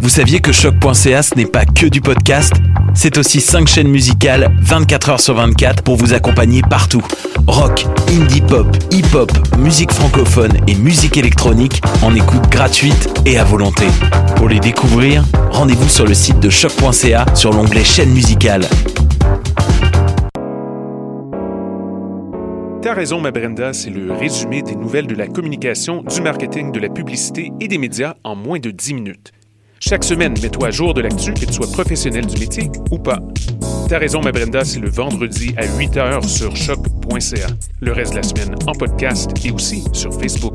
saviez que choc.ca ce n'est pas que du podcast? C'est aussi 5 chaînes musicales 24 heures sur 24 pour vous accompagner partout. Rock, indie pop, hip-hop, musique francophone et musique électronique en écoute gratuite et à volonté. Pour les découvrir, rendez-vous sur le site de choc.ca sur l'onglet chaîne musicale. T'as raison, ma Brenda, c'est le résumé des nouvelles de la communication, du marketing, de la publicité et des médias en moins de 10 minutes. Chaque semaine, mets-toi à jour de l'actu, que tu sois professionnel du métier ou pas. T'as raison, ma Brenda, c'est le vendredi à 8h sur choc.ca. Le reste de la semaine en podcast et aussi sur Facebook.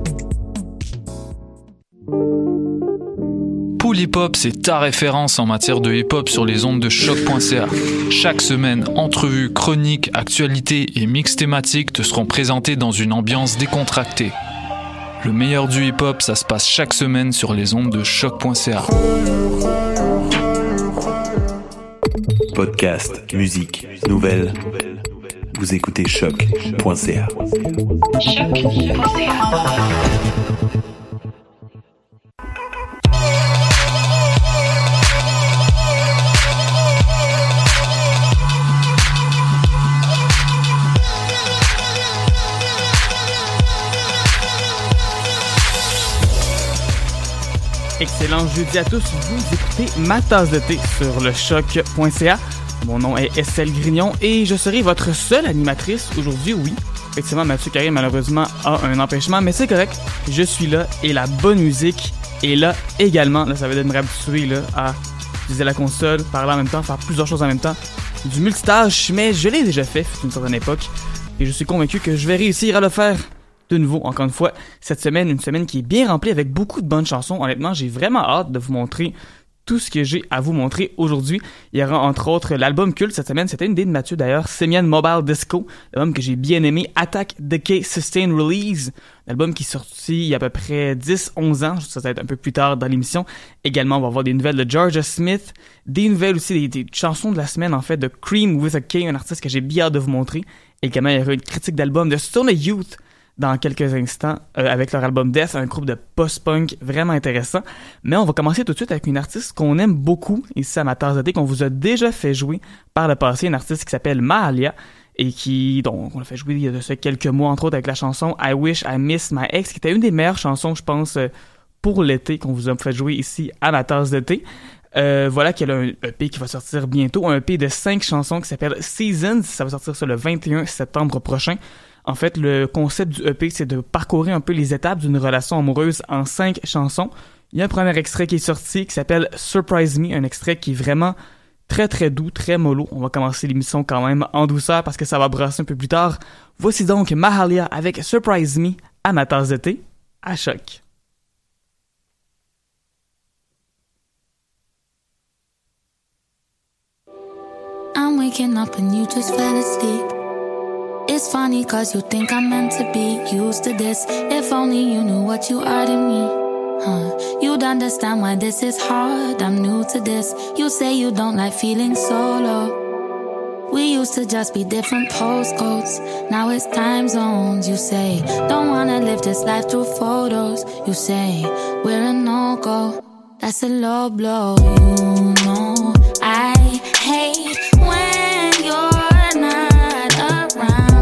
Pool Hip Hop, c'est ta référence en matière de hip-hop sur les ondes de choc.ca. Chaque semaine, entrevues, chroniques, actualités et mix thématiques te seront présentés dans une ambiance décontractée. Le meilleur du hip-hop, ça se passe chaque semaine sur les ondes de choc.ca. Podcast, musique, nouvelles. Vous écoutez choc.ca. Excellent jeudi à tous, vous écoutez Ma Tasse de thé sur le choc.ca. Mon nom est Estelle Grignon et je serai votre seule animatrice aujourd'hui, oui. Effectivement, Mathieu Carré malheureusement a un empêchement, mais c'est correct, je suis là et la bonne musique est là également. Là, ça veut dire de me réhabituer là, à utiliser la console, parler en même temps, faire plusieurs choses en même temps. Du multitâche, mais je l'ai déjà fait à une certaine époque et je suis convaincu que je vais réussir à le faire de nouveau, encore une fois, cette semaine, une semaine qui est bien remplie avec beaucoup de bonnes chansons. Honnêtement, j'ai vraiment hâte de vous montrer tout ce que j'ai à vous montrer aujourd'hui. Il y aura entre autres l'album culte cette semaine, c'était une idée de Mathieu d'ailleurs, Simian Mobile Disco, l'album que j'ai bien aimé, Attack, Decay, Sustain, Release, l'album qui est sorti il y a à peu près 10-11 ans, ça va être un peu plus tard dans l'émission. Également, on va avoir des nouvelles de Georgia Smith, des nouvelles aussi, des chansons de la semaine en fait, de Cream with a K, un artiste que j'ai bien hâte de vous montrer. Également, il y aura une critique d'album de Stone Youth, dans quelques instants avec leur album Death, un groupe de post-punk vraiment intéressant. Mais on va commencer tout de suite avec une artiste qu'on aime beaucoup ici à Ma Tasse de thé, qu'on vous a déjà fait jouer par le passé, une artiste qui s'appelle Mahalia et donc on l'a fait jouer il y a de ça quelques mois, entre autres avec la chanson I Wish I Missed My Ex, qui était une des meilleures chansons, je pense, pour l'été qu'on vous a fait jouer ici à Ma Tasse de thé. Voilà qu'elle a un EP qui va sortir bientôt, un EP de 5 chansons qui s'appelle Seasons, ça va sortir ça le 21 septembre prochain. En fait, le concept du EP, c'est de parcourir un peu les étapes d'une relation amoureuse en 5 chansons. Il y a un premier extrait qui est sorti qui s'appelle Surprise Me, un extrait qui est vraiment très très doux, très mollo. On va commencer l'émission quand même en douceur parce que ça va brasser un peu plus tard. Voici donc Mahalia avec Surprise Me à Ma Tasse de thé à Choc. I'm waking up and you just fell asleep. It's funny cause you think I'm meant to be used to this. If only you knew what you are to me, you'd understand why this is hard. I'm new to this. You say you don't like feeling solo. We used to just be different postcodes. Now it's time zones. You say, don't wanna live this life through photos. You say, we're a no-go. That's a low blow. You know I hate when you're not around.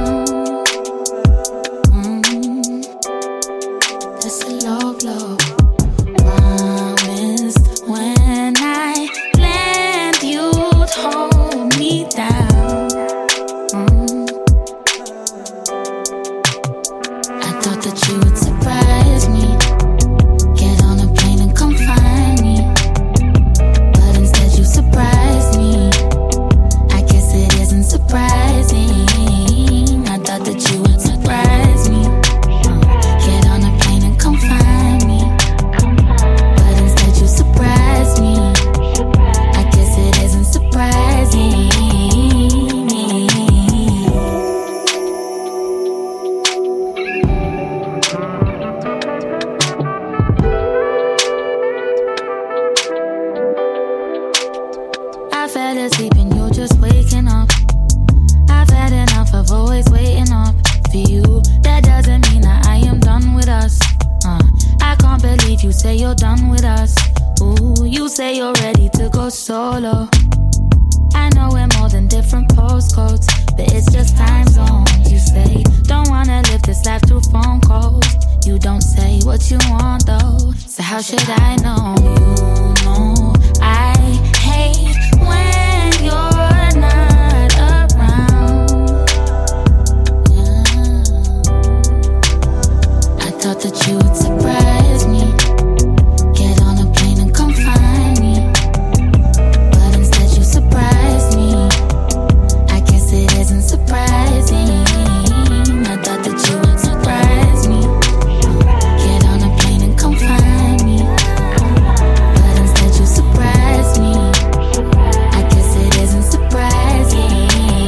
Low blow. Promised when I land you'd hold me down. I thought that you would surprise me, get on a plane and come find me, but instead you surprised me. I guess it isn't surprising. I thought that you would surprise me, get on a plane and come find me, but instead you surprise me. I guess it isn't surprising. say you're ready to go solo. I know we're more than different postcodes, but it's just time zones. You say, don't wanna live this life through phone calls. You don't say what you want though, so how should I know? You know I hate when you're not around. Yeah. I thought that you would surprise me, get on a plane and come find me, but instead you surprise me. I guess it isn't surprising. I thought that you would surprise me, get on a plane and come find me, but instead you surprise me. I guess it isn't surprising.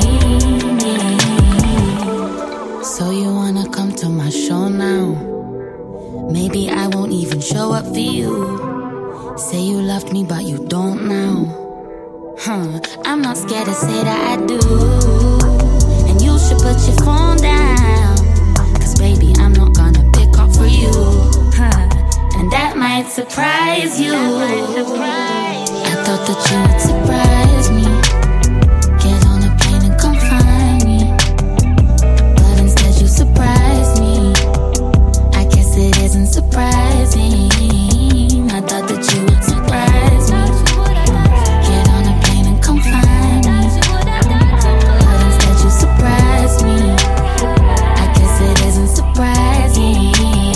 So you wanna come to my show now? Maybe I won't even show up for you. Say you loved me but you don't now. I'm not scared to say that I do. And you should put your phone down, cause baby I'm not gonna pick up for you. And that might surprise you. I thought that you would surprise me, get on a plane and come find me, but instead you surprise me. I guess it isn't surprising. I thought that you would surprise me, get on a plane and come find me, but instead you surprise me. I guess it isn't surprising.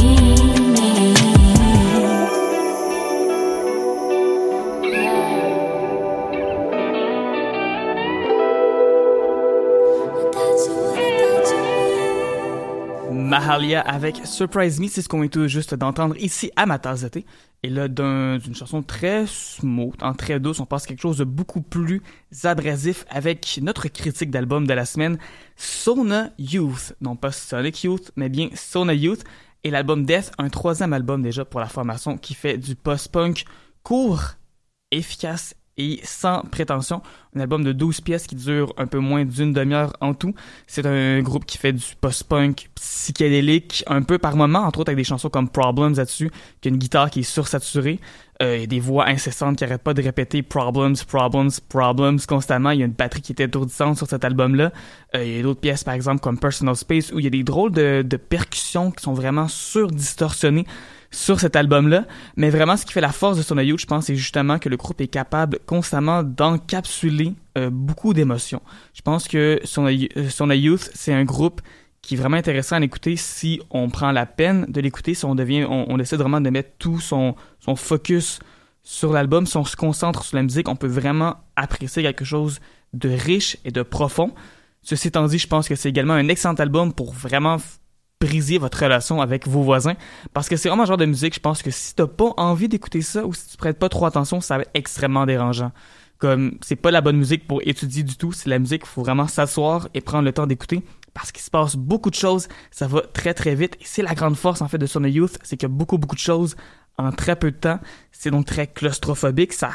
Mahalia avec Surprise Me, c'est ce qu'on vient tout juste d'entendre ici à ma tasse de thé. Et là, d'une chanson très smooth, très douce, on passe à quelque chose de beaucoup plus abrasif avec notre critique d'album de la semaine, Sona Youth. Non pas Sonic Youth, mais bien Sona Youth. Et l'album Death, un 3e album déjà pour la formation qui fait du post-punk court, efficace et sans prétention. Un album de 12 pièces qui dure un peu moins d'une demi-heure en tout. C'est un groupe qui fait du post-punk psychédélique un peu par moment, entre autres avec des chansons comme Problems là-dessus, qui a une guitare qui est sursaturée, et des voix incessantes qui n'arrêtent pas de répéter Problems, Problems, Problems constamment. Il y a une batterie qui est étourdissante sur cet album-là. Il y a d'autres pièces par exemple comme Personal Space où il y a des drôles de percussions qui sont vraiment surdistorsionnées sur cet album-là, mais vraiment ce qui fait la force de Sona Youth, je pense, c'est justement que le groupe est capable constamment d'encapsuler beaucoup d'émotions. Je pense que Sona Youth, c'est un groupe qui est vraiment intéressant à écouter si on prend la peine de l'écouter, si on décide vraiment de mettre tout son focus sur l'album, si on se concentre sur la musique, on peut vraiment apprécier quelque chose de riche et de profond. Ceci étant dit, je pense que c'est également un excellent album pour vraiment briser votre relation avec vos voisins, parce que c'est vraiment le genre de musique, je pense que si t'as pas envie d'écouter ça ou si tu prêtes pas trop attention, ça va être extrêmement dérangeant. Comme, c'est pas la bonne musique pour étudier du tout, c'est la musique, il faut vraiment s'asseoir et prendre le temps d'écouter, parce qu'il se passe beaucoup de choses, ça va très très vite, et c'est la grande force en fait de Sona Youth, c'est qu'il y a beaucoup de choses en très peu de temps, c'est donc très claustrophobique, ça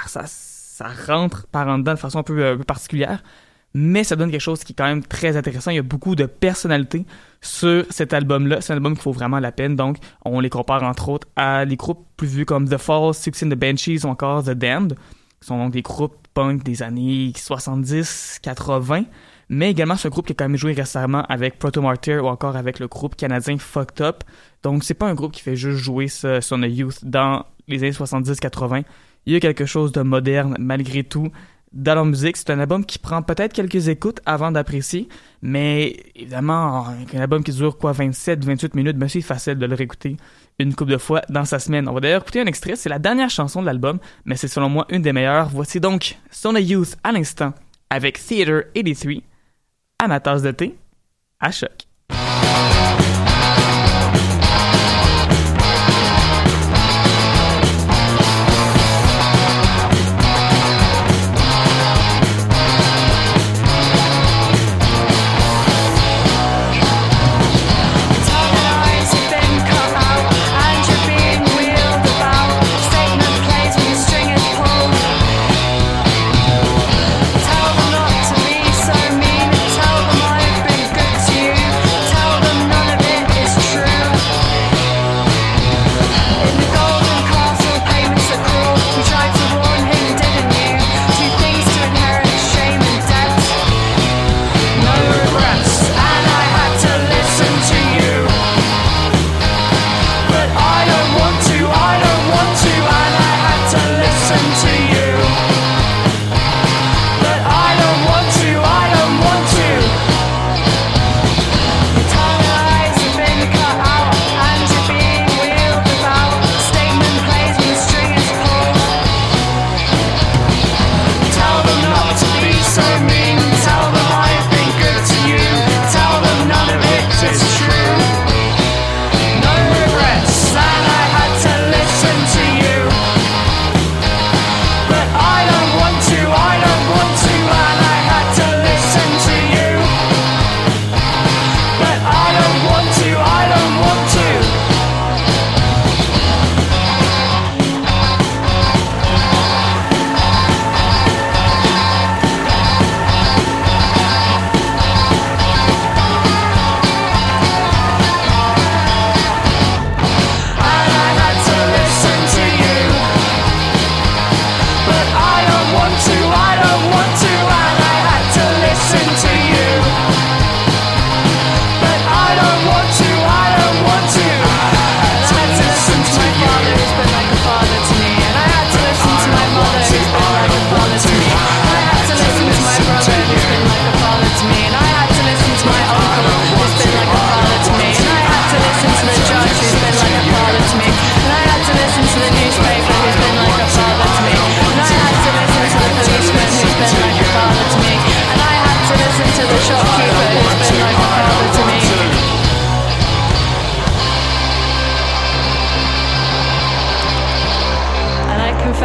rentre par en dedans de façon un peu particulière, mais ça donne quelque chose qui est quand même très intéressant. Il y a beaucoup de personnalité sur cet album-là. C'est un album qui vaut vraiment la peine. Donc, on les compare entre autres à des groupes plus vus comme The Fall, Six and the Banshees ou encore The Damned, qui sont donc des groupes punk des années 70-80. Mais également, c'est un groupe qui a quand même joué récemment avec Proto Martyr ou encore avec le groupe canadien Fucked Up. Donc, c'est pas un groupe qui fait juste jouer Sona Youth dans les années 70-80. Il y a quelque chose de moderne malgré tout dans leur musique. C'est un album qui prend peut-être quelques écoutes avant d'apprécier, mais évidemment, un album qui dure 27-28 minutes, ben c'est facile de le réécouter une couple de fois dans sa semaine. On va d'ailleurs écouter un extrait, c'est la dernière chanson de l'album, mais c'est selon moi une des meilleures. Voici donc Sona Youth à l'instant avec Theater 83 à ma tasse de thé à Choc. Tell them not to be so mean. Tell them I've been good to you.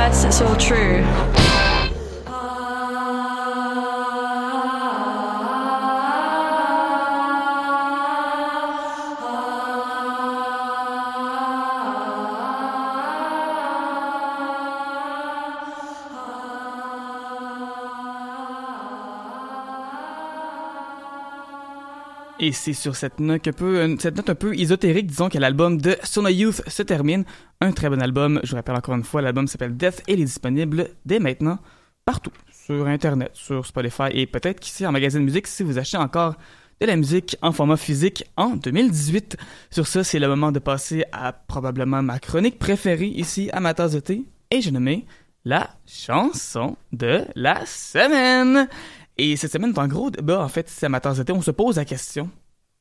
Yes, it's all true. Et c'est sur cette note un peu ésotérique, disons, que l'album de Sona Youth se termine. Un très bon album. Je vous rappelle encore une fois, l'album s'appelle Death et il est disponible dès maintenant partout. Sur Internet, sur Spotify et peut-être qu'ici en magasin de musique si vous achetez encore de la musique en format physique en 2018. Sur ça, c'est le moment de passer à probablement ma chronique préférée ici à ma tasse de thé. Et j'ai nommé la chanson de la semaine. Et cette semaine, en gros débat, en fait, c'est à ma tasse de thé, on se pose la question.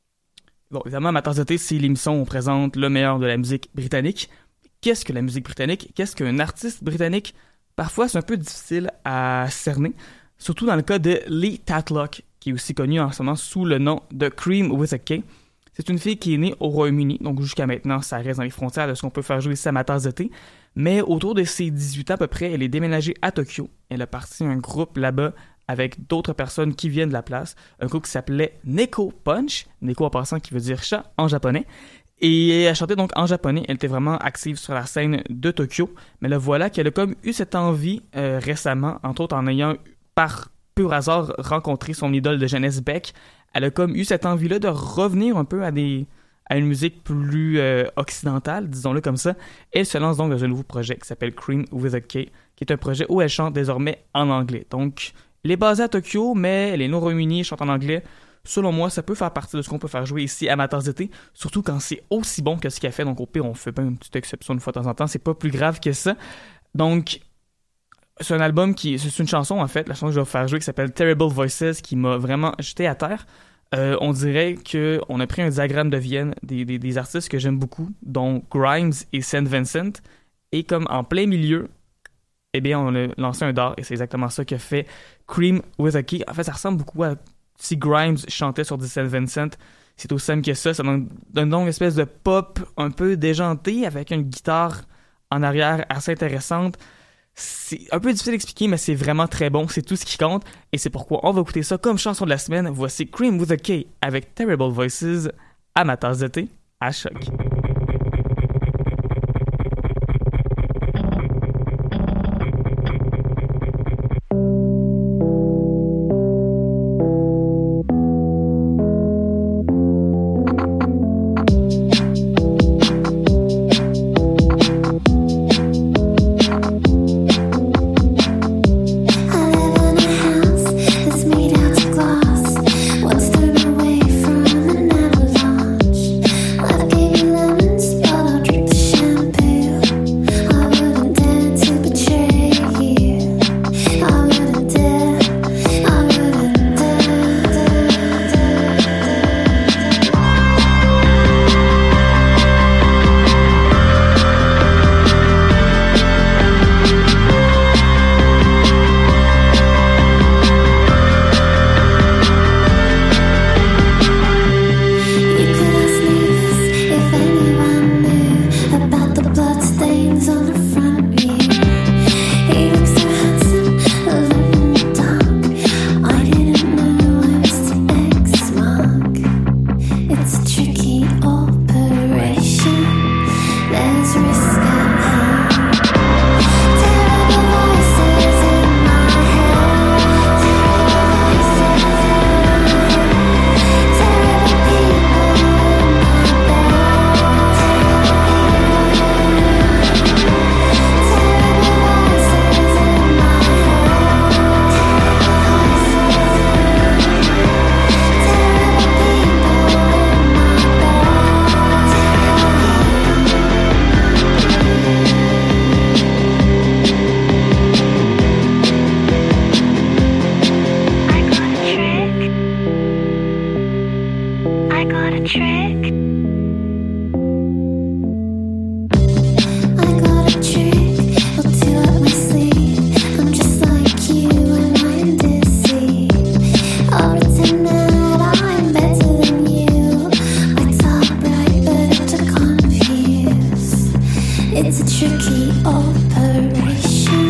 Bon, évidemment, ma tasse de thé, c'est l'émission où on présente le meilleur de la musique britannique. Qu'est-ce que la musique britannique? Qu'est-ce qu'un artiste britannique? Parfois, c'est un peu difficile à cerner, surtout dans le cas de Lee Tatlock, qui est aussi connue en ce moment sous le nom de Cream with a K. C'est une fille qui est née au Royaume-Uni, donc jusqu'à maintenant, ça reste dans les frontières de ce qu'on peut faire jouer ici à ma tasse de thé. Mais autour de ses 18 ans à peu près, elle est déménagée à Tokyo. Elle a parti un groupe là-bas avec d'autres personnes qui viennent de la place. Un groupe qui s'appelait Neko Punch. Neko en passant qui veut dire chat en japonais. Et elle chantait donc en japonais. Elle était vraiment active sur la scène de Tokyo. Mais là, voilà qu'elle a comme eu cette envie récemment, entre autres en ayant par pur hasard rencontré son idole de jeunesse Beck. Elle a comme eu cette envie-là de revenir un peu à une musique plus occidentale, disons-le comme ça. Elle se lance donc dans un nouveau projet qui s'appelle Cream with a K, qui est un projet où elle chante désormais en anglais. Donc, elle est basée à Tokyo, mais elle est née au Royaume-Uni, elle chante en anglais. Selon moi, ça peut faire partie de ce qu'on peut faire jouer ici à ma tasse d'été, surtout quand c'est aussi bon que ce qu'elle fait. Donc, au pire, on fait pas une petite exception une fois de temps en temps. C'est pas plus grave que ça. Donc, c'est un album c'est une chanson, en fait, la chanson que je vais vous faire jouer qui s'appelle Terrible Voices, qui m'a vraiment jeté à terre. On dirait qu'on a pris un diagramme de Vienne des artistes que j'aime beaucoup, dont Grimes et St. Vincent, et comme en plein milieu, eh bien, on a lancé un dard, et c'est exactement ça que fait Cream with a K. En fait, ça ressemble beaucoup à si Grimes chantait sur du St. Vincent. C'est aussi simple que ça. Ça donne donc une espèce de pop un peu déjanté, avec une guitare en arrière assez intéressante. C'est un peu difficile d'expliquer, mais c'est vraiment très bon. C'est tout ce qui compte. Et c'est pourquoi on va écouter ça comme chanson de la semaine. Voici Cream with a K avec Terrible Voices à ma tasse de thé à Choc. It's a tricky operation.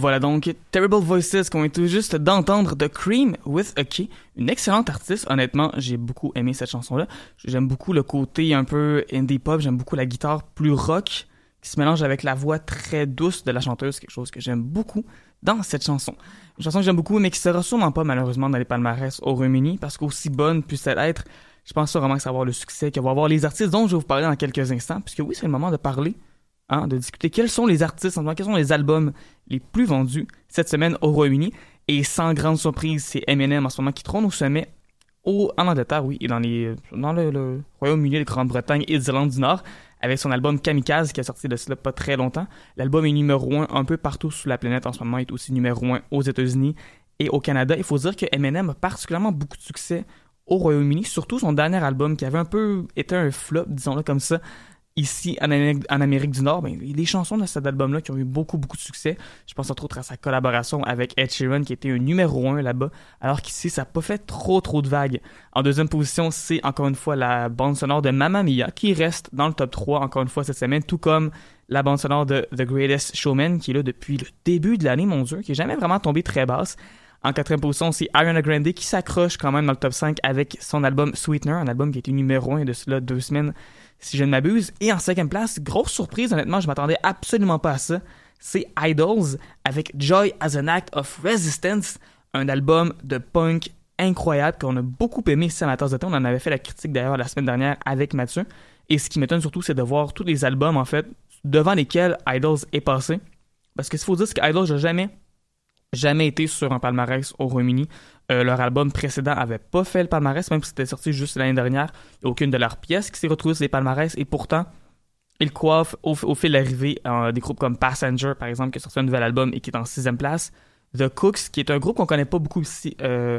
voilà donc Terrible Voices qu'on est tout juste d'entendre de Cream with a K, une excellente artiste. Honnêtement, j'ai beaucoup aimé cette chanson-là. J'aime beaucoup le côté un peu indie pop, j'aime beaucoup la guitare plus rock qui se mélange avec la voix très douce de la chanteuse, quelque chose que j'aime beaucoup dans cette chanson. Une chanson que j'aime beaucoup mais qui sera sûrement pas malheureusement dans les palmarès au Royaume-Uni parce qu'aussi bonne puisse-t-elle être, je pense vraiment que ça va avoir le succès, qu'elle va avoir les artistes dont je vais vous parler dans quelques instants, puisque oui, c'est le moment de parler. De discuter quels sont les artistes, quels sont les albums les plus vendus cette semaine au Royaume-Uni. Et sans grande surprise, c'est Eminem en ce moment qui trône au sommet en Angleterre, oui, et dans le Royaume-Uni, la Grande-Bretagne et l'Irlande du Nord, avec son album Kamikaze qui a sorti de cela pas très longtemps. L'album est numéro 1 un peu partout sur la planète en ce moment, est aussi numéro 1 aux États-Unis et au Canada. Il faut dire que Eminem a particulièrement beaucoup de succès au Royaume-Uni, surtout son dernier album qui avait un peu été un flop, disons-le comme ça, ici en Amérique du Nord. Ben, les chansons de cet album-là qui ont eu beaucoup de succès. Je pense entre autres à sa collaboration avec Ed Sheeran qui était un numéro 1 là-bas, alors qu'ici ça n'a pas fait trop de vagues. En deuxième position, c'est encore une fois la bande sonore de Mamma Mia qui reste dans le top 3 encore une fois cette semaine, tout comme la bande sonore de The Greatest Showman qui est là depuis le début de l'année, mon Dieu, qui n'est jamais vraiment tombée très basse. En quatrième position, c'est Ariana Grande qui s'accroche quand même dans le top 5 avec son album Sweetener, un album qui a été numéro 1 de cela 2 semaines, si je ne m'abuse. Et en cinquième place, grosse surprise, honnêtement, je m'attendais absolument pas à ça, c'est Idols avec Joy as an Act of Resistance, un album de punk incroyable qu'on a beaucoup aimé ici à ma tasse de thé. On en avait fait la critique d'ailleurs la semaine dernière avec Mathieu. Et ce qui m'étonne surtout, c'est de voir tous les albums, en fait, devant lesquels Idols est passé. Parce que ce qu'il faut dire, c'est qu'Idols n'a jamais été sur un palmarès au Royaume-Uni. Leur album précédent avait pas fait le palmarès, même si c'était sorti juste l'année dernière. Il n'y a aucune de leurs pièces qui s'est retrouvée sur les palmarès, et pourtant, ils coiffent au fil d'arrivée des groupes comme Passenger, par exemple, qui a sorti un nouvel album et qui est en 6e place. The Cooks, qui est un groupe qu'on connaît pas beaucoup ici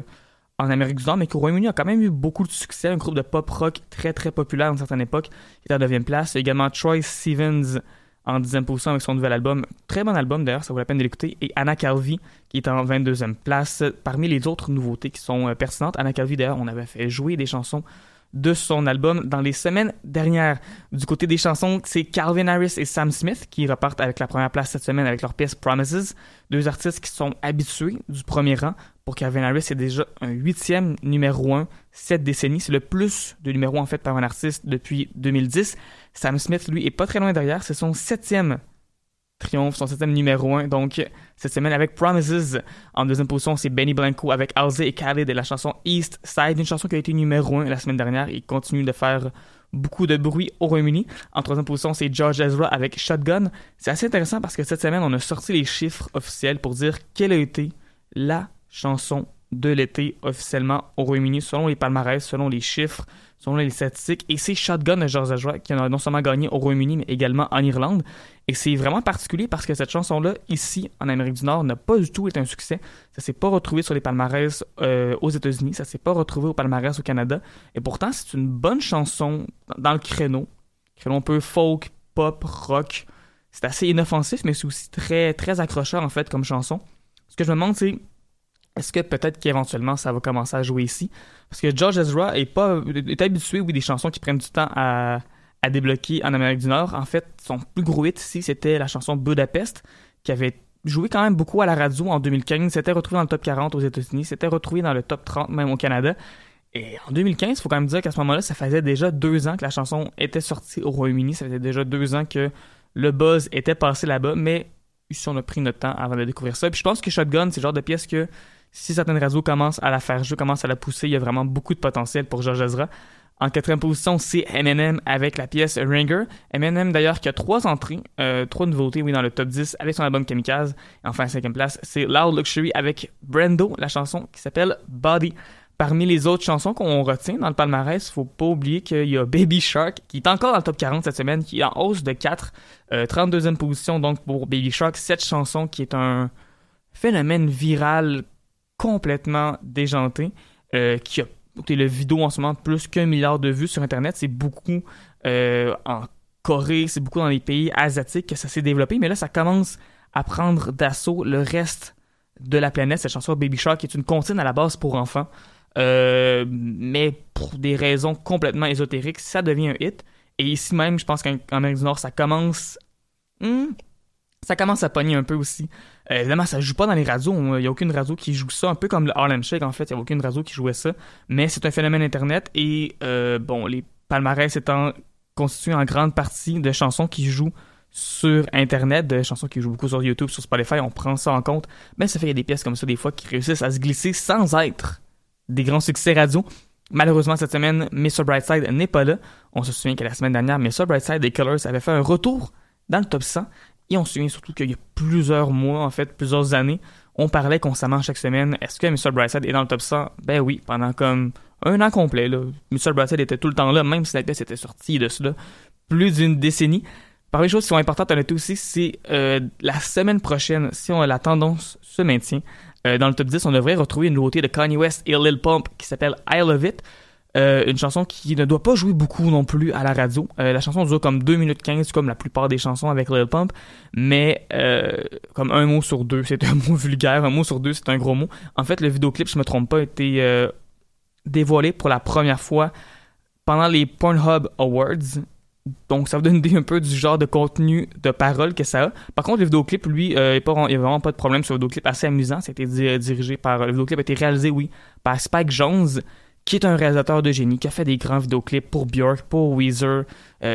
en Amérique du Nord, mais qui au Royaume-Uni a quand même eu beaucoup de succès. Un groupe de pop-rock très populaire à une certaine époque, qui est en 9e place. Il y a également Troye Sivan en 10e position avec son nouvel album. Très bon album d'ailleurs, ça vaut la peine de l'écouter. Et Anna Calvi qui est en 22e place. Parmi les autres nouveautés qui sont pertinentes, Anna Calvi d'ailleurs, on avait fait jouer des chansons de son album dans les semaines dernières. Du côté des chansons, c'est Calvin Harris et Sam Smith qui repartent avec la première place cette semaine avec leur pièce Promises. Deux artistes qui sont habitués du premier rang. Pour Calvin Harris, c'est déjà un 8e numéro 1 cette décennie. C'est le plus de numéros en fait par un artiste depuis 2010. Sam Smith, lui, est pas très loin derrière. C'est son 7e triomphe, son 7e numéro 1. Donc, cette semaine avec Promises. En deuxième position, c'est Benny Blanco avec Halsey et Khalid et la chanson East Side, une chanson qui a été numéro 1 la semaine dernière et continue de faire beaucoup de bruit au Royaume-Uni. En troisième position, c'est George Ezra avec Shotgun. C'est assez intéressant parce que cette semaine, on a sorti les chiffres officiels pour dire quelle a été la chanson de l'été officiellement au Royaume-Uni selon les palmarès, selon les chiffres, selon les statistiques. Et c'est Shotgun de George Ezra qui a non seulement gagné au Royaume-Uni mais également en Irlande. Et c'est vraiment particulier parce que cette chanson-là, ici en Amérique du Nord, n'a pas du tout été un succès. Ça s'est pas retrouvé sur les palmarès aux États-Unis, ça s'est pas retrouvé au palmarès au Canada. Et pourtant, c'est une bonne chanson dans le créneau un peu folk, pop, rock. C'est assez inoffensif, mais c'est aussi très accrocheur en fait comme chanson. Ce que je me demande, c'est est-ce que peut-être qu'éventuellement ça va commencer à jouer ici? Parce que George Ezra est habitué, oui, des chansons qui prennent du temps à débloquer en Amérique du Nord. En fait, son plus gros hit ici, c'était la chanson Budapest, qui avait joué quand même beaucoup à la radio en 2015. C'était retrouvé dans le top 40 aux États-Unis, c'était retrouvé dans le top 30 même au Canada. Et en 2015, il faut quand même dire qu'à ce moment-là, ça faisait déjà 2 ans que la chanson était sortie au Royaume-Uni. Ça faisait déjà 2 ans que le buzz était passé là-bas, mais ici, on a pris notre temps avant de découvrir ça. Puis je pense que Shotgun, c'est le genre de pièce que si certaines radios commencent à la faire jouer, commencent à la pousser, il y a vraiment beaucoup de potentiel pour George Ezra. En 4e position, c'est Eminem avec la pièce Ringer. Eminem, d'ailleurs, qui a 3 entrées, 3 nouveautés, oui, dans le top 10 avec son album Kamikaze. Et enfin, 5e place, c'est Loud Luxury avec Brando, la chanson qui s'appelle Body. Parmi les autres chansons qu'on retient dans le palmarès, faut pas oublier qu'il y a Baby Shark, qui est encore dans le top 40 cette semaine, qui est en hausse de 4. 32e position, donc, pour Baby Shark. Cette chanson qui est un phénomène viral complètement déjanté, qui a le vidéo en ce moment plus qu'1 milliard de vues sur Internet. C'est beaucoup en Corée, c'est beaucoup dans les pays asiatiques que ça s'est développé, mais là, ça commence à prendre d'assaut le reste de la planète. Cette chanson Baby Shark est une comptine à la base pour enfants, mais pour des raisons complètement ésotériques, ça devient un hit. Et ici même, je pense qu'en Amérique du Nord, ça commence Ça commence à pogner un peu aussi. Évidemment, ça joue pas dans les radios. Il n'y a aucune radio qui joue ça. Un peu comme le Harlem Shake, en fait. Il n'y a aucune radio qui jouait ça. Mais c'est un phénomène Internet. Et les palmarès étant constitués en grande partie de chansons qui jouent sur Internet, de chansons qui jouent beaucoup sur YouTube, sur Spotify, on prend ça en compte. Mais ça fait qu'il y a des pièces comme ça, des fois, qui réussissent à se glisser sans être des grands succès radio. Malheureusement, cette semaine, Mr. Brightside n'est pas là. On se souvient que la semaine dernière, Mr. Brightside des Colors avait fait un retour dans le top 100. Et on se souvient surtout qu'il y a plusieurs mois, en fait, plusieurs années, on parlait constamment chaque semaine. Est-ce que Mr. Brightside est dans le top 100? Ben oui, pendant comme un an complet. Là. Mr. Brightside était tout le temps là, même si la pièce était sortie de cela plus d'une décennie. Parmi les choses qui sont importantes à noter aussi, c'est la semaine prochaine, si la tendance se maintient, dans le top 10, on devrait retrouver une nouveauté de Kanye West et Lil Pump qui s'appelle I Love It. Une chanson qui ne doit pas jouer beaucoup non plus à la radio. La chanson dure comme 2 minutes 15, comme la plupart des chansons avec Lil Pump, mais comme un mot sur deux, c'est un mot vulgaire, un mot sur deux, c'est un gros mot. En fait, le vidéoclip, je me trompe pas, a été dévoilé pour la première fois pendant les Pornhub Awards. Donc, ça vous donne une idée un peu du genre de contenu de parole que ça a. Par contre, le vidéoclip, lui, il n'y a vraiment pas de problème sur le vidéoclip, assez amusant. Ça a été dirigé par... Le vidéoclip a été réalisé, oui, par Spike Jonze, qui est un réalisateur de génie, qui a fait des grands vidéoclips pour Björk, pour Weezer. Il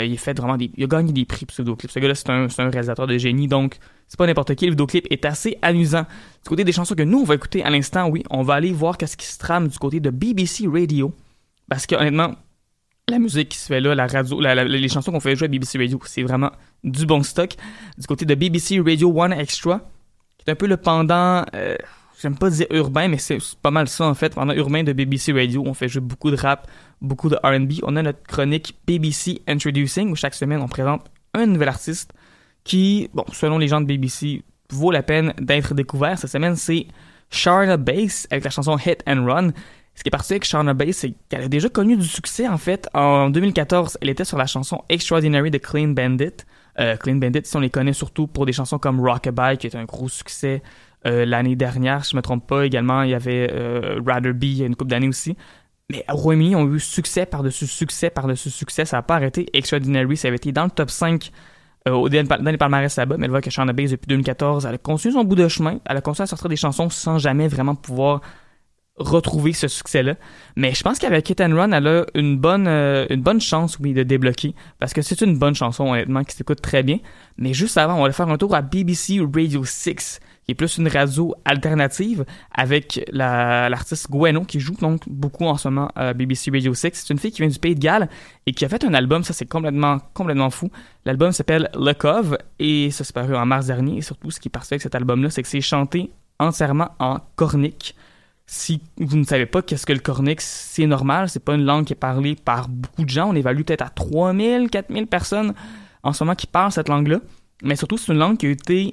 a gagné des prix pour ce vidéoclip. Ce gars-là, c'est un réalisateur de génie, donc c'est pas n'importe qui. Le vidéoclip est assez amusant. Du côté des chansons que nous, on va écouter à l'instant, oui, on va aller voir qu'est-ce qui se trame du côté de BBC Radio. Parce que, honnêtement, la musique qui se fait là, la radio, les chansons qu'on fait jouer à BBC Radio, c'est vraiment du bon stock. Du côté de BBC Radio One Extra, qui est un peu le pendant... j'aime pas dire urbain, mais c'est pas mal ça en fait. Pendant urbain de BBC Radio, on fait jouer beaucoup de rap, beaucoup de R&B. On a notre chronique BBC Introducing, où chaque semaine on présente un nouvel artiste qui, selon les gens de BBC, vaut la peine d'être découvert. Cette semaine, c'est Sharna Bass avec la chanson Hit and Run. Ce qui est particulier avec Sharna Bass, c'est qu'elle a déjà connu du succès en fait. En 2014, elle était sur la chanson Extraordinary de Clean Bandit. Clean Bandit, si on les connaît surtout pour des chansons comme Rockabye, qui est un gros succès. L'année dernière, si je me trompe pas, également, il y avait Rather Be, il y a une couple d'années aussi. Mais au Royaume-Uni, on a eu succès par-dessus succès par-dessus succès. Ça n'a pas arrêté. Extraordinary, ça avait été dans le top 5 dans les palmarès là-bas. Mais elle voit que Sharna Bass, depuis 2014, elle a continué son bout de chemin. Elle a continué à sortir des chansons sans jamais vraiment pouvoir retrouver ce succès-là. Mais je pense qu'avec Hit and Run, elle a une bonne chance, oui, de débloquer. Parce que c'est une bonne chanson, honnêtement, qui s'écoute très bien. Mais juste avant, on va aller faire un tour à BBC Radio 6, qui est plus une radio alternative, avec l'artiste Gweno, qui joue donc beaucoup en ce moment à BBC Radio 6. C'est une fille qui vient du Pays de Galles et qui a fait un album, ça c'est complètement fou. L'album s'appelle Le Cove et ça s'est paru en mars dernier. Et surtout, ce qui est particulier avec cet album-là, c'est que c'est chanté entièrement en cornique. Si vous ne savez pas qu'est-ce que le cornique, c'est normal, c'est pas une langue qui est parlée par beaucoup de gens. On évalue peut-être à 3000, 4000 personnes en ce moment qui parlent cette langue-là. Mais surtout, c'est une langue qui a été,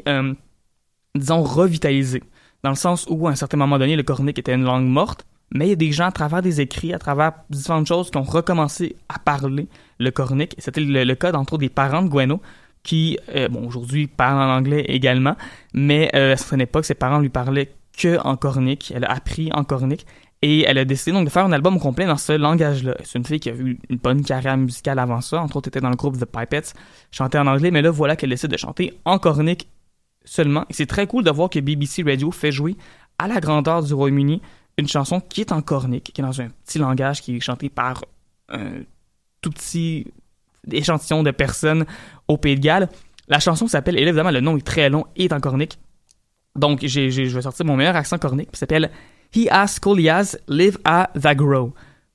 disons, revitalisée. Dans le sens où, à un certain moment donné, le cornique était une langue morte. Mais il y a des gens, à travers des écrits, à travers différentes choses, qui ont recommencé à parler le cornique. C'était le cas, entre autres, des parents de Gweno, qui, aujourd'hui, parlent en anglais également. Mais à cette époque, ses parents lui parlaient que en cornique. Elle a appris en cornique et elle a décidé donc de faire un album complet dans ce langage-là. C'est une fille qui a eu une bonne carrière musicale avant ça. Entre autres, elle était dans le groupe The Pipettes, chantait en anglais, mais là, voilà qu'elle décide de chanter en cornique seulement. Et c'est très cool de voir que BBC Radio fait jouer à la grandeur du Royaume-Uni une chanson qui est en cornique, qui est dans un petit langage qui est chanté par un tout petit échantillon de personnes au Pays de Galles. La chanson s'appelle, et là, évidemment, le nom est très long, et est en cornique. Donc, je vais sortir mon meilleur accent cornique, qui s'appelle He Has Scolias Live a Thagro.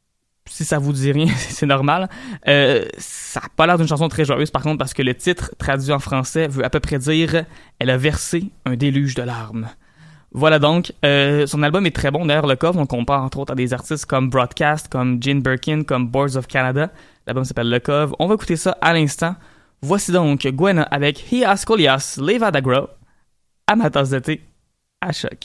Si ça vous dit rien, c'est normal. Ça n'a pas l'air d'une chanson très joyeuse, par contre, parce que le titre, traduit en français, veut à peu près dire « Elle a versé un déluge de larmes ». Voilà donc, son album est très bon. D'ailleurs, le cover, on compare entre autres à des artistes comme Broadcast, comme Jane Birkin, comme Boards of Canada. L'album s'appelle Le Cove. On va écouter ça à l'instant. Voici donc Gwena avec He Has Scolias Live a Thagro. À ma tasse de thé, à Choc.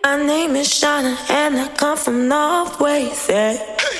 My name is Shauna and I come from North Wales, yeah.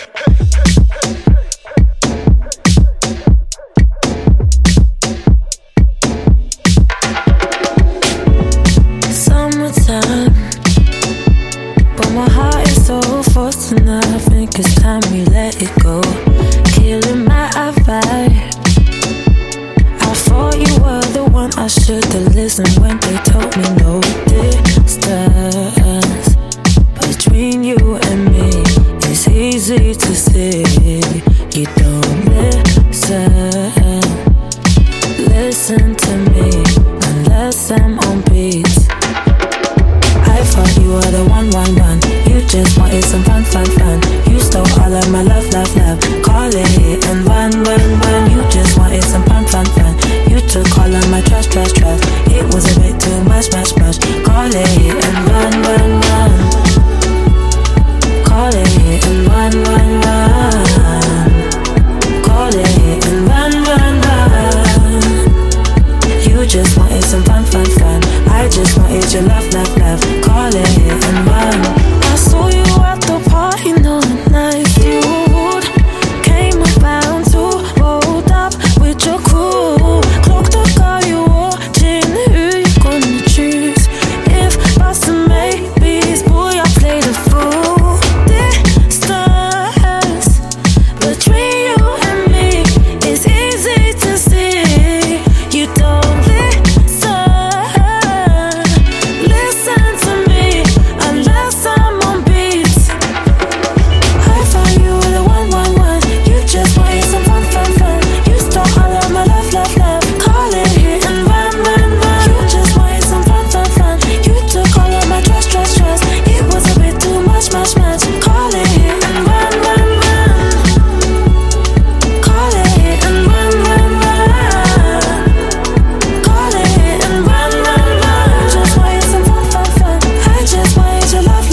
Summertime, but my heart is so full tonight. I think it's time we let it go. Killing my vibe. I thought you were the one I should've listened when they told me no distance between you and me. It's easy to see you don't listen. Listen to me unless I'm on beats. I thought you were the one. You just wanted some fun. You stole all of my love. Call it hit and run. You just wanted some fun. You took all of my trash. It was a bit too much. Call it hit and run. Call it hit and run. Call it hit and run. You just wanted some fun. I just wanted your love. Call it hit and run. I saw you at the party, no nice dude. Came around to hold up with your crew. Clock the car you watching, who you gonna choose? If that's the maybes, boy I play the fool. Distance between you and me is easy to see. You don't listen to me unless I'm on beats. I thought you were the one. You just wanted some fun. You stole all of my love. Call it hit and run. You just wanted some fun. You took all of my trash. It was a bit too much. Call it hit and run. Call it hit and run. Call it hit and run. Just wanted some fun. I just wanted your love.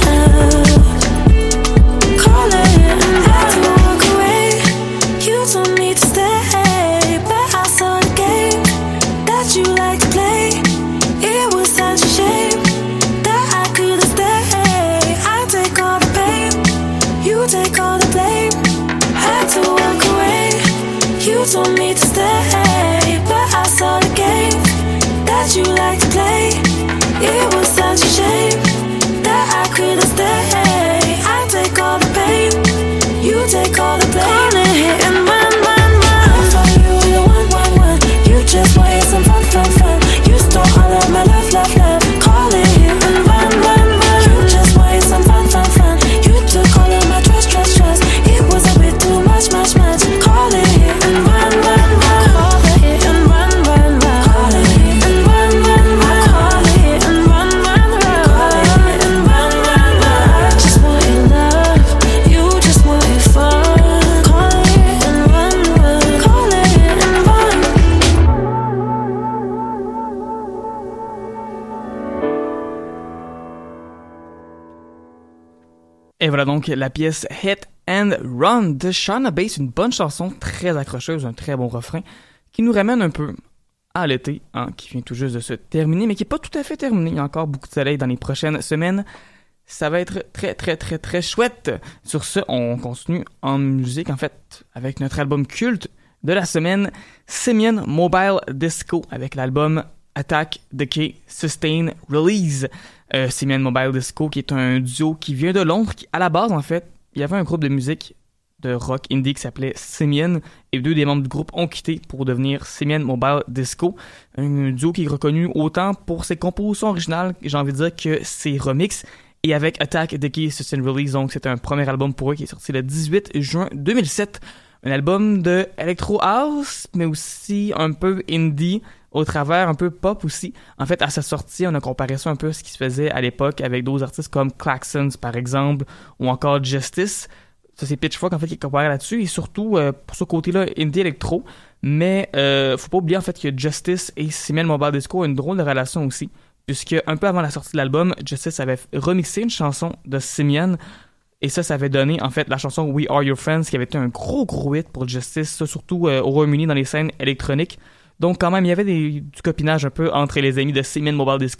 Call it hit and run. To walk away, you told me to stay, but I saw the game that you like to play. It was such a shame that I couldn't stay. I take all the pain, you take all the blame. Had to walk away, you told me to stay, but I saw the game that you like to play. It was such a shame that I couldn't stay. I take all the pain, you take all the blame. Call it hit and run. I thought you were the one. You just wanted some fun. You stole all of my love. Call it hit and run. You just wanted some fun. You took all of my trash. It was a bit too much. Call it hit and run. Call it hit and run. Call it hit and run. Call it hit and run. Call it hit and run. I just wanted love. You just wanted fun. Call it hit and run. Call it hit and run. Et voilà donc la pièce Hit and Run de Shauna Bass, une bonne chanson très accrocheuse, un très bon refrain qui nous ramène un peu à l'été, qui vient tout juste de se terminer, mais qui n'est pas tout à fait terminé. Il y a encore beaucoup de soleil dans les prochaines semaines. Ça va être très chouette. Sur ce, on continue en musique, en fait, avec notre album culte de la semaine, Simian Mobile Disco, avec l'album Attack, Decay, Sustain, Release. Simian Mobile Disco, qui est un duo qui vient de Londres, qui, à la base, en fait, il y avait un groupe de musique de rock indie qui s'appelait Simian, et deux des membres du groupe ont quitté pour devenir Simian Mobile Disco. Un duo qui est reconnu autant pour ses compositions originales, j'ai envie de dire, que ses remixes. Et avec Attack, Decay, Sustain, Release, donc c'est un premier album pour eux qui est sorti le 18 juin 2007. Un album de Electro House, mais aussi un peu indie, au travers un peu pop aussi. En fait, à sa sortie, on a comparé ça un peu à ce qui se faisait à l'époque avec d'autres artistes comme Klaxons, par exemple, ou encore Justice. Ça, c'est Pitchfork, en fait, qui est comparé là-dessus, et surtout, pour ce côté-là, indie électro. Mais, faut pas oublier, en fait, que Justice et Simian Mobile Disco ont une drôle de relation aussi, puisque un peu avant la sortie de l'album, Justice avait remixé une chanson de Simian, et ça avait donné, en fait, la chanson We Are Your Friends, qui avait été un gros hit pour Justice, ça, surtout au Royaume-Uni, dans les scènes électroniques. Donc, quand même, il y avait du copinage un peu entre les amis de Simian Mobile Disco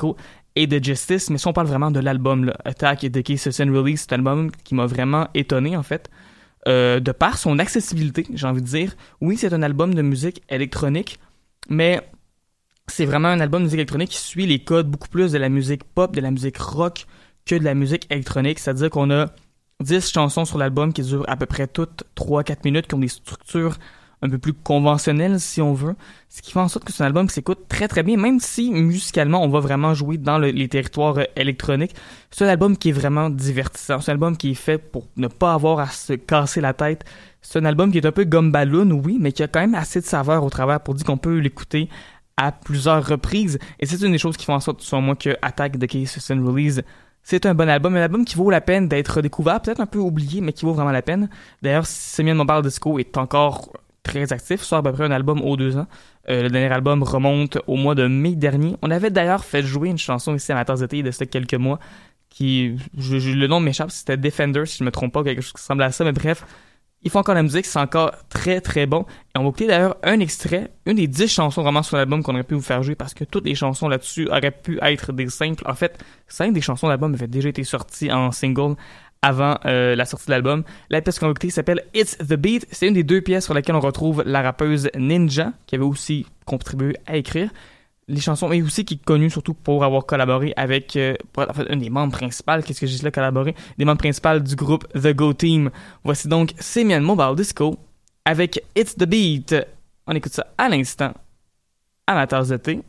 et de Justice, mais si on parle vraiment de l'album, là, Attack et Decay Succession Release, c'est un album qui m'a vraiment étonné, en fait, de par son accessibilité, j'ai envie de dire. Oui, c'est un album de musique électronique, mais c'est vraiment un album de musique électronique qui suit les codes beaucoup plus de la musique pop, de la musique rock, que de la musique électronique. C'est-à-dire qu'on a 10 chansons sur l'album qui durent à peu près toutes 3-4 minutes, qui ont des structures un peu plus conventionnelles, si on veut. Ce qui fait en sorte que c'est un album qui s'écoute très très bien, même si musicalement, on va vraiment jouer dans les territoires électroniques. C'est un album qui est vraiment divertissant. C'est un album qui est fait pour ne pas avoir à se casser la tête. C'est un album qui est un peu gomme ballon, oui, mais qui a quand même assez de saveur au travers pour dire qu'on peut l'écouter à plusieurs reprises. Et c'est une des choses qui font en sorte, selon moi, que Attack Decay Succession Release, c'est un bon album, un album qui vaut la peine d'être redécouvert, peut-être un peu oublié, mais qui vaut vraiment la peine. D'ailleurs, Simeon Mobile Disco est encore très actif, sort à peu près un album aux 2 ans. Le dernier album remonte au mois de mai dernier. On avait d'ailleurs fait jouer une chanson ici à Amateurs d'été de quelques mois, qui, le nom m'échappe, c'était Defender, si je me trompe pas, quelque chose qui ressemble à ça, mais bref, ils font encore la musique, c'est encore très très bon. Et on va écouter d'ailleurs un extrait, une des 10 chansons vraiment sur l'album qu'on aurait pu vous faire jouer, parce que toutes les chansons là-dessus auraient pu être des simples. En fait, 5 des chansons de l'album avaient déjà été sorties en single avant la sortie de l'album. La pièce qu'on va écouter s'appelle It's the Beat. C'est une des 2 pièces sur lesquelles on retrouve la rappeuse Ninja, qui avait aussi contribué à écrire les chansons, et aussi qui est connue surtout pour avoir collaboré avec un des membres principaux, qu'est-ce que j'ai dit là, collaboré, des membres principaux du groupe The Go Team. Voici donc Simeon Mobile Disco avec It's the Beat. On écoute ça à l'instant, Amateurs d'été,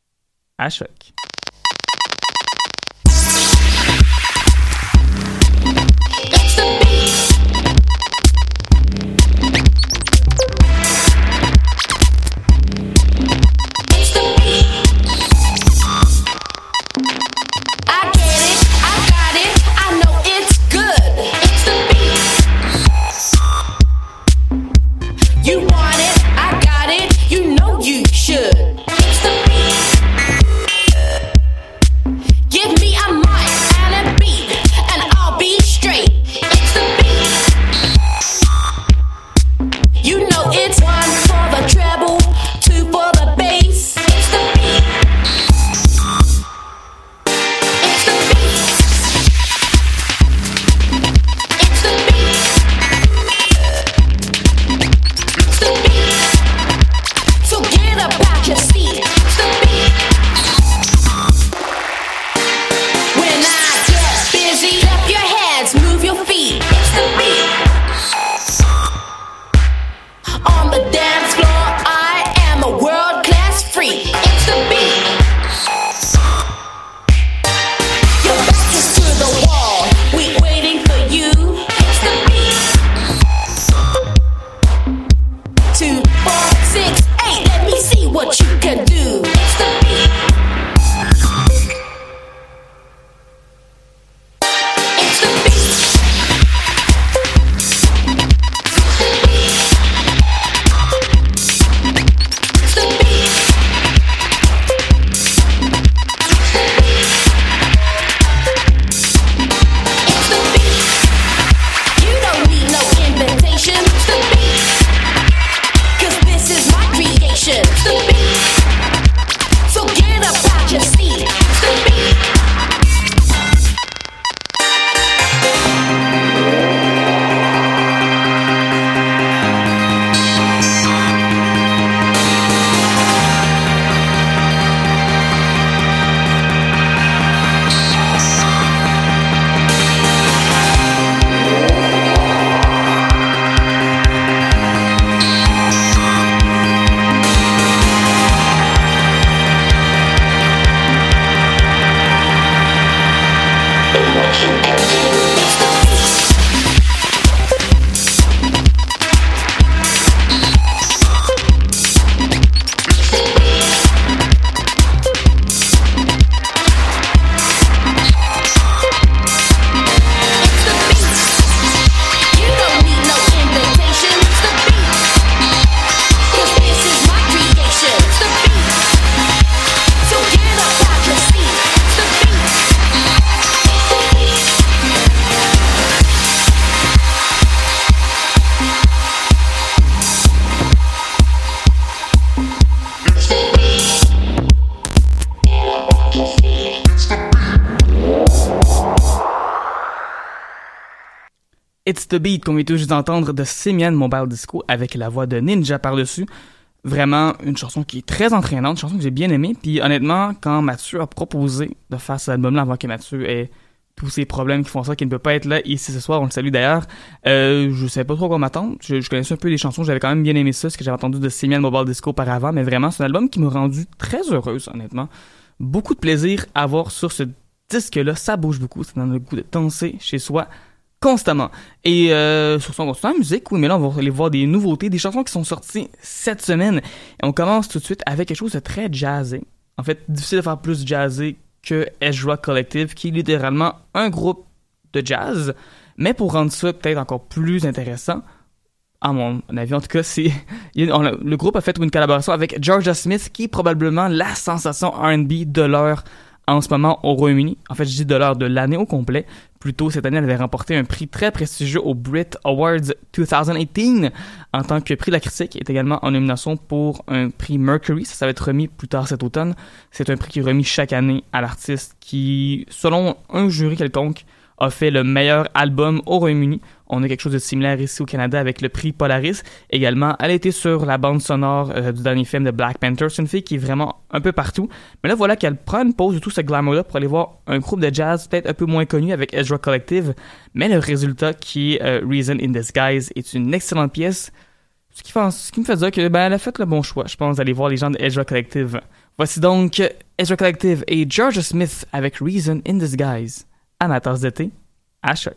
à Choc. You want it, I got it, you know you should. It's the beat. It's the Beat qu'on vient tout juste d'entendre de Simian Mobile Disco avec la voix de Ninja par-dessus. Vraiment une chanson qui est très entraînante, une chanson que j'ai bien aimée. Puis honnêtement, quand Mathieu a proposé de faire cet album-là avant que Mathieu ait tous ces problèmes qui font ça, qu'il ne peut pas être là ici ce soir, on le salue d'ailleurs, je savais pas trop quoi m'attendre. Je connaissais un peu les chansons, j'avais quand même bien aimé ça, ce que j'avais entendu de Simian Mobile Disco auparavant, mais vraiment c'est un album qui m'a rendu très heureuse, honnêtement. Beaucoup de plaisir à voir sur ce disque-là, ça bouge beaucoup, ça donne le goût de danser chez soi constamment. Et sur son continent musique, oui, mais là on va aller voir des nouveautés, des chansons qui sont sorties cette semaine. Et on commence tout de suite avec quelque chose de très jazzé. En fait, difficile de faire plus jazzé que Edge Rock Collective, qui est littéralement un groupe de jazz. Mais pour rendre ça peut-être encore plus intéressant, à mon avis en tout cas, le groupe a fait une collaboration avec Georgia Smith, qui est probablement la sensation R&B de l'heure en ce moment au Royaume-Uni. En fait, je dis de l'heure de l'année au complet. Plus tôt, cette année, elle avait remporté un prix très prestigieux au Brit Awards 2018 en tant que prix de la critique. Elle est également en nomination pour un prix Mercury. Ça va être remis plus tard cet automne. C'est un prix qui est remis chaque année à l'artiste qui, selon un jury quelconque, a fait le meilleur album au Royaume-Uni. On a quelque chose de similaire ici au Canada avec le prix Polaris. Également, elle a été sur la bande sonore du dernier film de Black Panther. C'est une fille qui est vraiment un peu partout. Mais là, voilà qu'elle prend une pause de tout ce glamour-là pour aller voir un groupe de jazz peut-être un peu moins connu avec Edge Rock Collective. Mais le résultat qui est Reason in Disguise est une excellente pièce. Ce qui me fait dire que elle a fait le bon choix, je pense, d'aller voir les gens de Edge Rock Collective. Voici donc Edge Rock Collective et Georgia Smith avec Reason in Disguise. À ma tasse d'été, à Choc.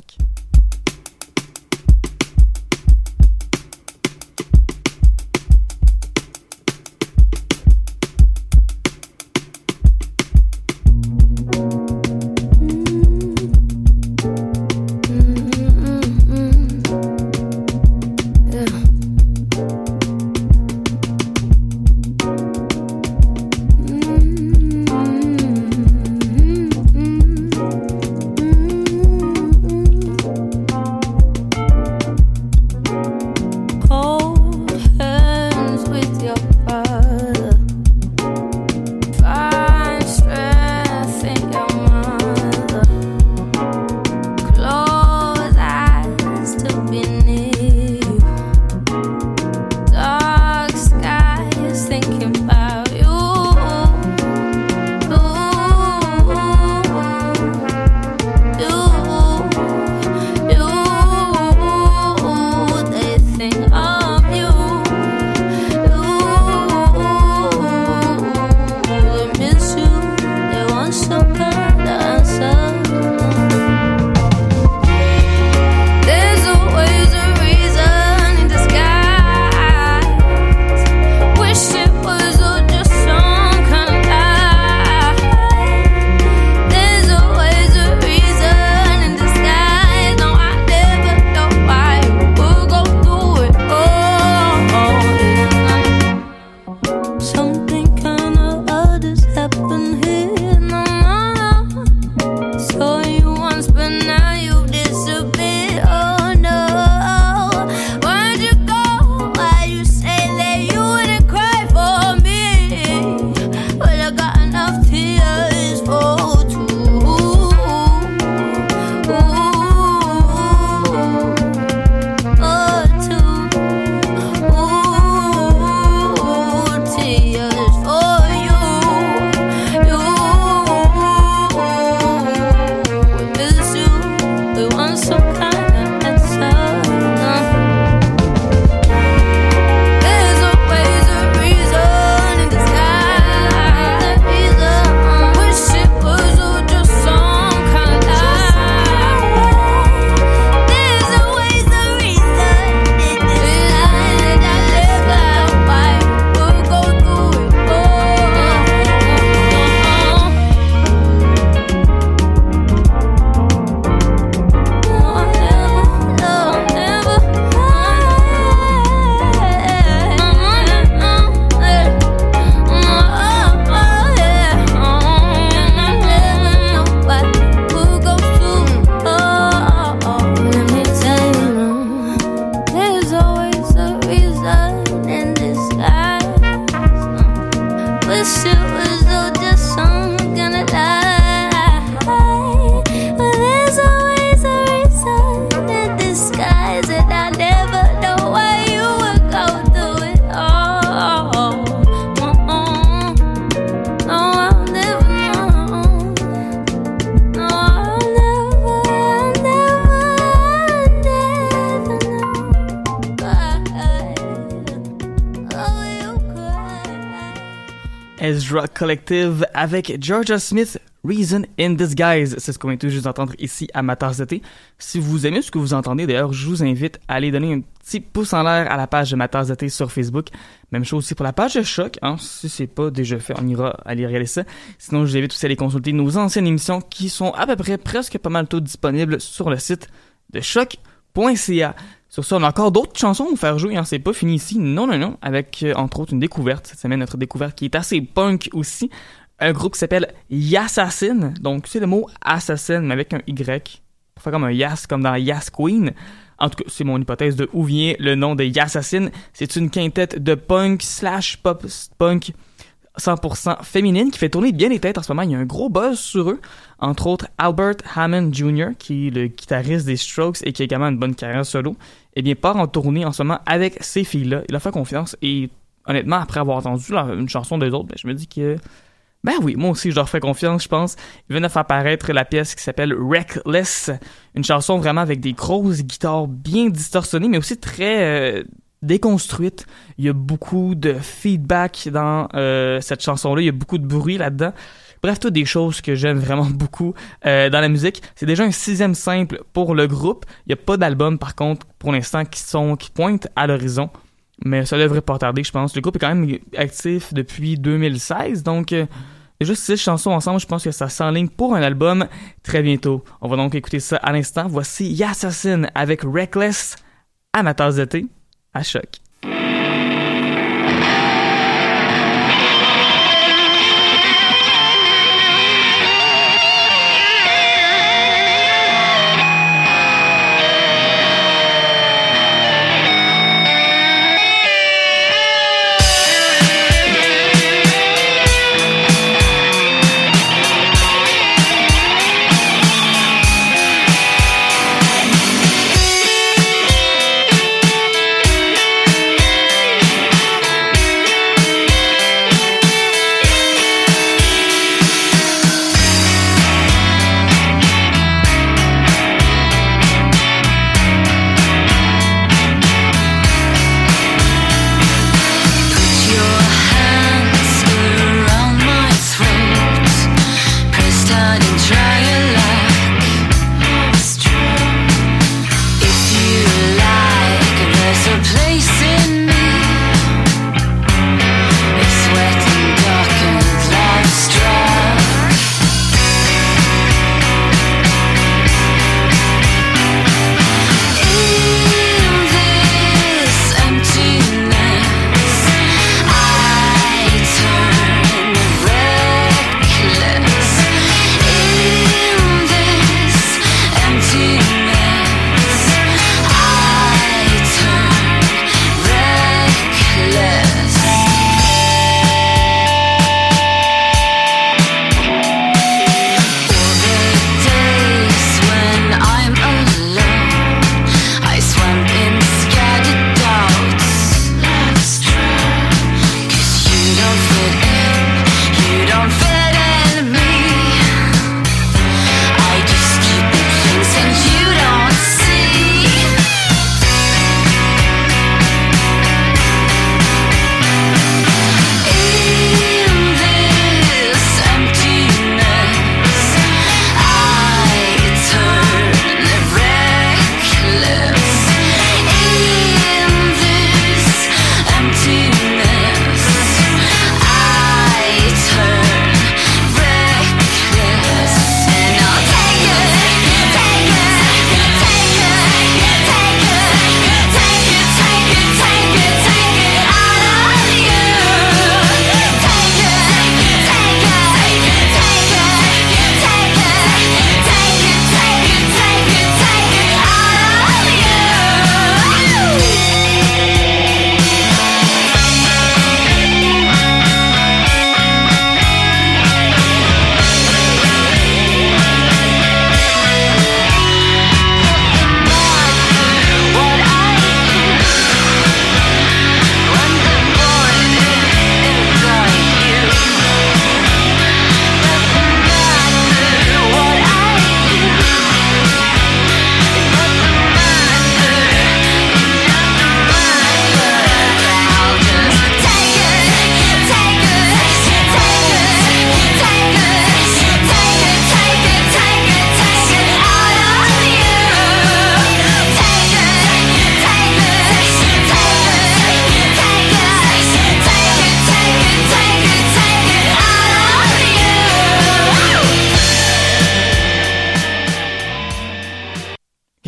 Ezra Collective avec Georgia Smith, Reason in Disguise. C'est ce qu'on vient tout juste d'entendre ici à ma tasse de thé. Si vous aimez ce que vous entendez, d'ailleurs, je vous invite à aller donner un petit pouce en l'air à la page de ma tasse de thé sur Facebook. Même chose aussi pour la page de Choc, hein. Si c'est pas déjà fait, on ira aller regarder ça. Sinon, je vous invite aussi à aller consulter nos anciennes émissions qui sont à peu près presque pas mal toutes disponibles sur le site de choc.ca. Sur ça, on a encore d'autres chansons à vous faire jouer, hein. C'est pas fini ici. Non, avec entre autres une découverte. Cette semaine, notre découverte qui est assez punk aussi. Un groupe qui s'appelle Yassassin. Donc, c'est le mot assassin, mais avec un Y. Pour faire comme un Yass, comme dans Yass Queen. En tout cas, c'est mon hypothèse de où vient le nom de Yassassin. C'est une quintette de punk / pop-punk 100% féminine qui fait tourner bien les têtes en ce moment. Il y a un gros buzz sur eux. Entre autres, Albert Hammond Jr., qui est le guitariste des Strokes et qui a également une bonne carrière solo, eh bien, part en tournée en ce moment avec ces filles-là. Il a fait confiance et honnêtement, après avoir entendu une chanson des autres, je me dis que ben oui, moi aussi, je leur fais confiance, je pense. Ils viennent de faire paraître la pièce qui s'appelle Reckless, une chanson vraiment avec des grosses guitares bien distorsionnées, mais aussi très déconstruite. Il y a beaucoup de feedback dans cette chanson-là, il y a beaucoup de bruit là-dedans. Bref, toutes des choses que j'aime vraiment beaucoup dans la musique. C'est déjà un 6e simple pour le groupe. Il n'y a pas d'album, par contre, pour l'instant, qui pointent à l'horizon. Mais ça devrait pas tarder, je pense. Le groupe est quand même actif depuis 2016, donc déjà 6 chansons ensemble, je pense que ça s'enligne pour un album très bientôt. On va donc écouter ça à l'instant. Voici Yassassin avec Reckless à ma tasse de thé à Choc.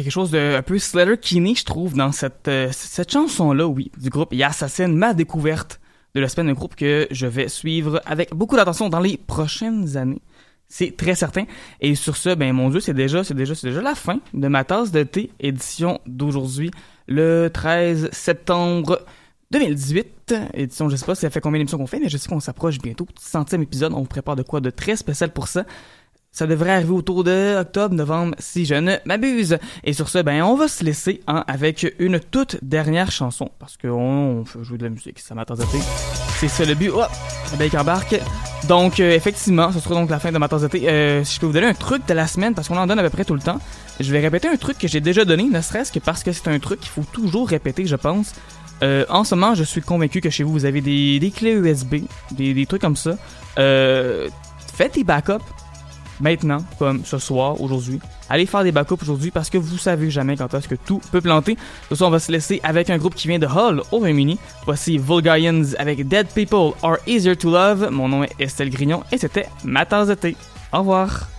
quelque chose de un peu Sleater-Kinney, je trouve, dans cette chanson-là, oui, du groupe Yassassin, ma découverte de la semaine, un groupe que je vais suivre avec beaucoup d'attention dans les prochaines années. C'est très certain. Et sur ce, ben mon Dieu, c'est déjà la fin de ma tasse de thé, édition d'aujourd'hui, le 13 septembre 2018. Édition, je sais pas si ça fait combien d'émissions qu'on fait, mais je sais qu'on s'approche bientôt du 100e épisode. On vous prépare de quoi de très spécial pour ça. Ça devrait arriver autour de octobre, novembre, si je ne m'abuse. Et sur ce, ben, on va se laisser avec une toute dernière chanson. Parce qu'on fait jouer de la musique, ça m'attend à thé. C'est ça le but. Oh, la belle embarque. Donc, effectivement, ce sera donc la fin de ma tasse de thé. Si je peux vous donner un truc de la semaine, parce qu'on en donne à peu près tout le temps, je vais répéter un truc que j'ai déjà donné, ne serait-ce que parce que c'est un truc qu'il faut toujours répéter, je pense. En ce moment, je suis convaincu que chez vous, vous avez des clés USB, des trucs comme ça. Faites des backups. Maintenant, comme ce soir, aujourd'hui. Allez faire des backups aujourd'hui parce que vous savez jamais quand est-ce que tout peut planter. Ce soir, on va se laisser avec un groupe qui vient de Hull, au Royaume-Uni. Voici Vulgarians avec Dead People Are Easier to Love. Mon nom est Estelle Grignon et c'était ma tasse de thé. Au revoir.